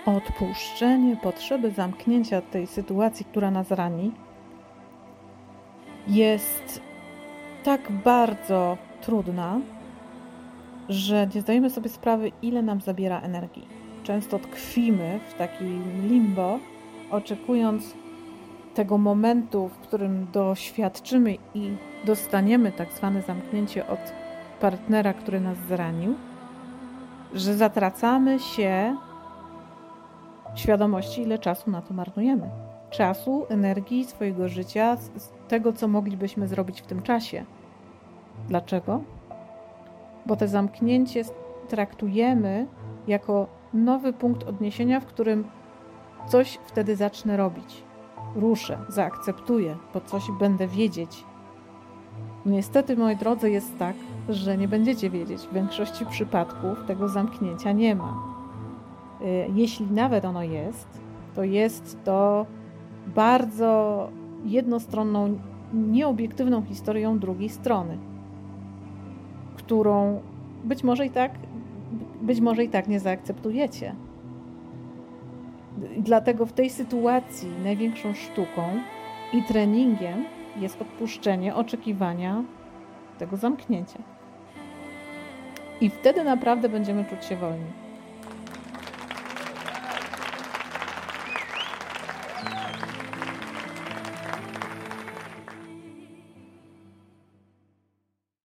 Odpuszczenie potrzeby zamknięcia tej sytuacji, która nas rani, jest tak bardzo trudna, że nie zdajemy sobie sprawy, ile nam zabiera energii. Często tkwimy w takim limbo, oczekując tego momentu, w którym doświadczymy i dostaniemy tak zwane zamknięcie od partnera, który nas zranił, że zatracamy się świadomości, ile czasu na to marnujemy. Czasu, energii, swojego życia, z tego, co moglibyśmy zrobić w tym czasie. Dlaczego? Bo to zamknięcie traktujemy jako nowy punkt odniesienia, w którym coś wtedy zacznę robić. Ruszę, zaakceptuję, bo coś będę wiedzieć. Niestety, moi drodzy, jest tak, że nie będziecie wiedzieć. W większości przypadków tego zamknięcia nie ma. Jeśli nawet ono jest to bardzo jednostronną, nieobiektywną historią drugiej strony, którą być może i tak nie zaakceptujecie. Dlatego w tej sytuacji największą sztuką i treningiem jest odpuszczenie oczekiwania tego zamknięcia. I wtedy naprawdę będziemy czuć się wolni.